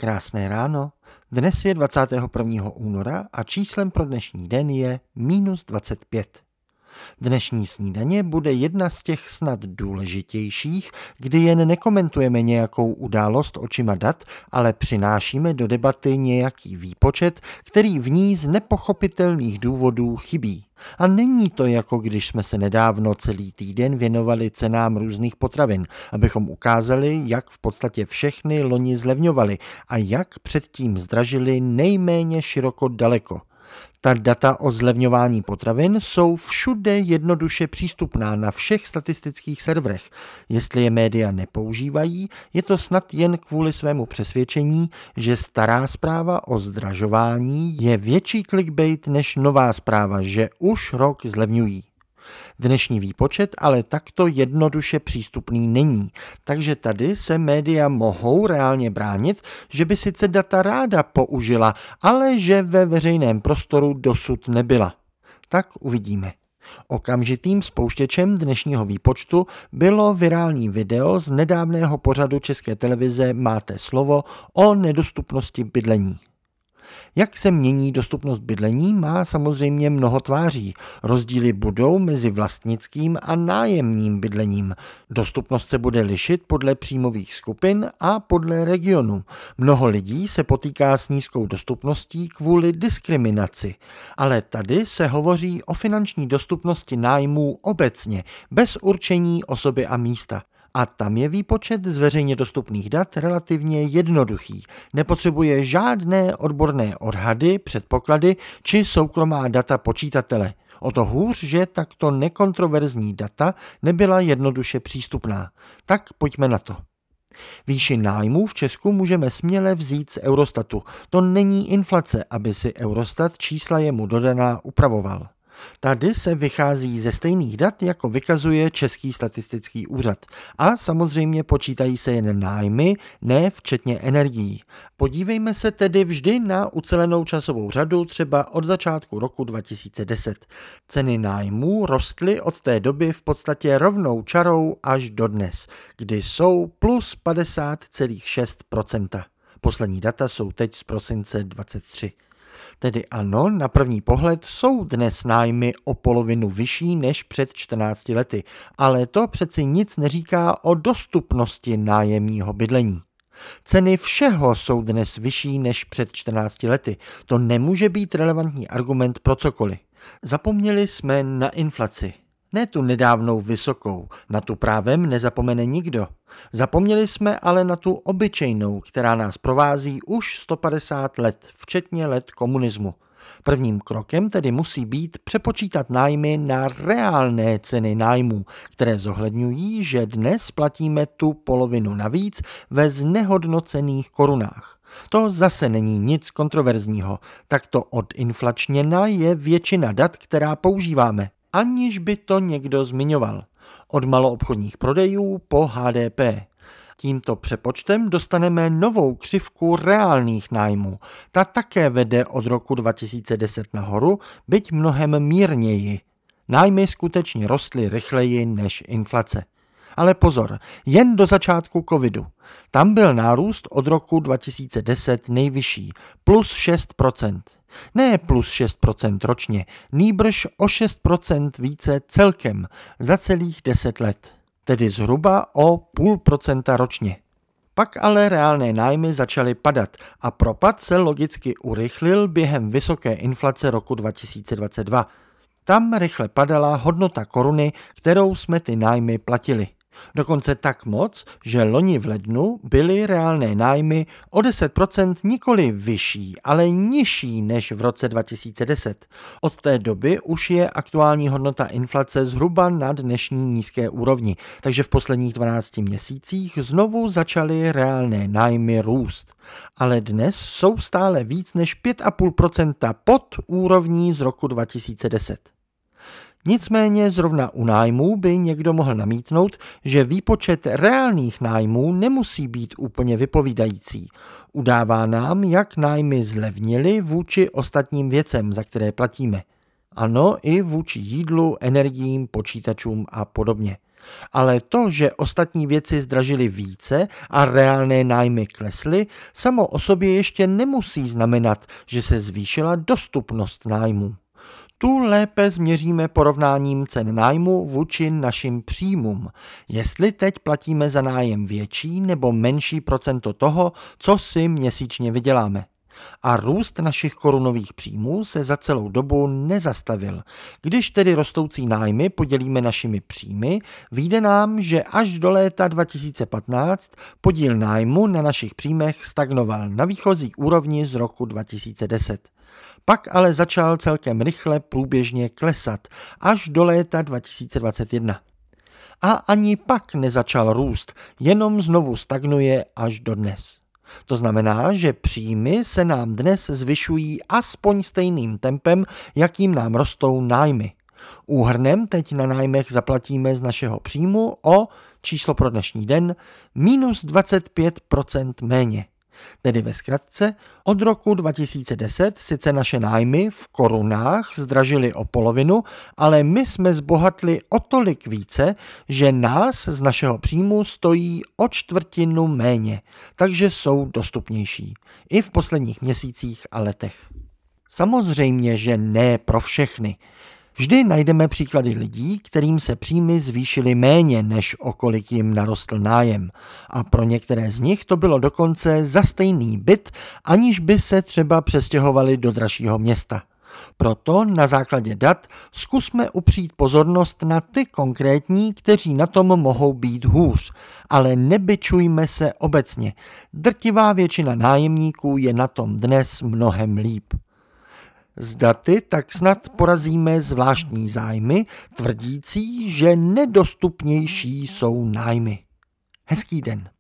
Krásné ráno. Dnes je 21. února a číslem pro dnešní den je -25. Dnešní snídaně bude jedna z těch snad důležitějších, kdy jen nekomentujeme nějakou událost očima dat, ale přinášíme do debaty nějaký výpočet, který v ní z nepochopitelných důvodů chybí. A není to jako když jsme se nedávno celý týden věnovali cenám různých potravin, abychom ukázali, jak v podstatě všechny loni zlevňovaly a jak předtím zdražily nejméně široko daleko. Ta data o zlevňování potravin jsou všude jednoduše přístupná na všech statistických serverech. Jestli je média nepoužívají, je to snad jen kvůli svému přesvědčení, že stará zpráva o zdražování je větší clickbait než nová zpráva, že už rok zlevňují. Dnešní výpočet ale takto jednoduše přístupný není, takže tady se média mohou reálně bránit, že by sice data ráda použila, ale že ve veřejném prostoru dosud nebyla. Tak uvidíme. Okamžitým spouštěčem dnešního výpočtu bylo virální video z nedávného pořadu České televize Máte slovo o nedostupnosti bydlení. Jak se mění dostupnost bydlení, má samozřejmě mnoho tváří. Rozdíly budou mezi vlastnickým a nájemním bydlením. Dostupnost se bude lišit podle příjmových skupin a podle regionu. Mnoho lidí se potýká s nízkou dostupností kvůli diskriminaci. Ale tady se hovoří o finanční dostupnosti nájmů obecně, bez určení osoby a místa. A tam je výpočet z veřejně dostupných dat relativně jednoduchý. Nepotřebuje žádné odborné odhady, předpoklady či soukromá data počítatele. O to hůř, že takto nekontroverzní data nebyla jednoduše přístupná. Tak pojďme na to. Výši nájmů v Česku můžeme směle vzít z Eurostatu. To není inflace, aby si Eurostat čísla jemu dodaná upravoval. Tady se vychází ze stejných dat, jako vykazuje Český statistický úřad. A samozřejmě počítají se jen nájmy, ne včetně energií. Podívejme se tedy vždy na ucelenou časovou řadu třeba od začátku roku 2010. Ceny nájmů rostly od té doby v podstatě rovnou čarou až do dnes, kdy jsou plus 50,6%. Poslední data jsou teď z prosince 23. Tedy ano, na první pohled jsou dnes nájmy o polovinu vyšší než před 14 lety, ale to přeci nic neříká o dostupnosti nájemního bydlení. Ceny všeho jsou dnes vyšší než před 14 lety. To nemůže být relevantní argument pro cokoliv. Zapomněli jsme na inflaci. Ne tu nedávnou vysokou, na tu právem nezapomene nikdo. Zapomněli jsme ale na tu obyčejnou, která nás provází už 150 let, včetně let komunismu. Prvním krokem tedy musí být přepočítat nájmy na reálné ceny nájmů, které zohledňují, že dnes platíme tu polovinu navíc ve znehodnocených korunách. To zase není nic kontroverzního, takto odinflačněna je většina dat, která používáme, aniž by to někdo zmiňoval. Od maloobchodních prodejů po HDP. Tímto přepočtem dostaneme novou křivku reálných nájmů. Ta také vede od roku 2010 nahoru, byť mnohem mírněji. Nájmy skutečně rostly rychleji než inflace. Ale pozor, jen do začátku covidu. Tam byl nárůst od roku 2010 nejvyšší, plus 6%. Ne plus 6% ročně, nýbrž o 6% více celkem za celých 10 let, tedy zhruba o 0,5% ročně. Pak ale reálné nájmy začaly padat a propad se logicky urychlil během vysoké inflace roku 2022. Tam rychle padala hodnota koruny, kterou jsme ty nájmy platili. Dokonce tak moc, že loni v lednu byly reálné nájmy o 10% nikoli vyšší, ale nižší než v roce 2010. Od té doby už je aktuální hodnota inflace zhruba na dnešní nízké úrovni, takže v posledních 12 měsících znovu začaly reálné nájmy růst. Ale dnes jsou stále víc než 5,5% pod úrovní z roku 2010. Nicméně zrovna u nájmů by někdo mohl namítnout, že výpočet reálných nájmů nemusí být úplně vypovídající. Udává nám, jak nájmy zlevnily vůči ostatním věcem, za které platíme. Ano, i vůči jídlu, energiím, počítačům a podobně. Ale to, že ostatní věci zdražily více a reálné nájmy klesly, samo o sobě ještě nemusí znamenat, že se zvýšila dostupnost nájmu. Tu lépe změříme porovnáním cen nájmu vůči našim příjmům, jestli teď platíme za nájem větší nebo menší procento toho, co si měsíčně vyděláme. A růst našich korunových příjmů se za celou dobu nezastavil. Když tedy rostoucí nájmy podělíme našimi příjmy, vyjde nám, že až do léta 2015 podíl nájmu na našich příjmech stagnoval na výchozí úrovni z roku 2010. Pak ale začal celkem rychle průběžně klesat až do léta 2021. A ani pak nezačal růst, jenom znovu stagnuje až dodnes. To znamená, že příjmy se nám dnes zvyšují aspoň stejným tempem, jakým nám rostou nájmy. Úhrnem teď na nájmech zaplatíme z našeho příjmu o, číslo pro dnešní den, minus 25% méně. Tedy ve zkratce, od roku 2010 sice naše nájmy v korunách zdražily o polovinu, ale my jsme zbohatli o tolik více, že nás z našeho příjmu stojí o čtvrtinu méně, takže jsou dostupnější. I v posledních měsících a letech. Samozřejmě, že ne pro všechny. Vždy najdeme příklady lidí, kterým se příjmy zvýšily méně, než o kolik jim narostl nájem. A pro některé z nich to bylo dokonce za stejný byt, aniž by se třeba přestěhovali do dražšího města. Proto na základě dat zkusme upřít pozornost na ty konkrétní, kteří na tom mohou být hůř, ale nebičujme se obecně. Drtivá většina nájemníků je na tom dnes mnohem líp. Z daty tak snad porazíme zvláštní zájmy, tvrdící, že nedostupnější jsou nájmy. Hezký den.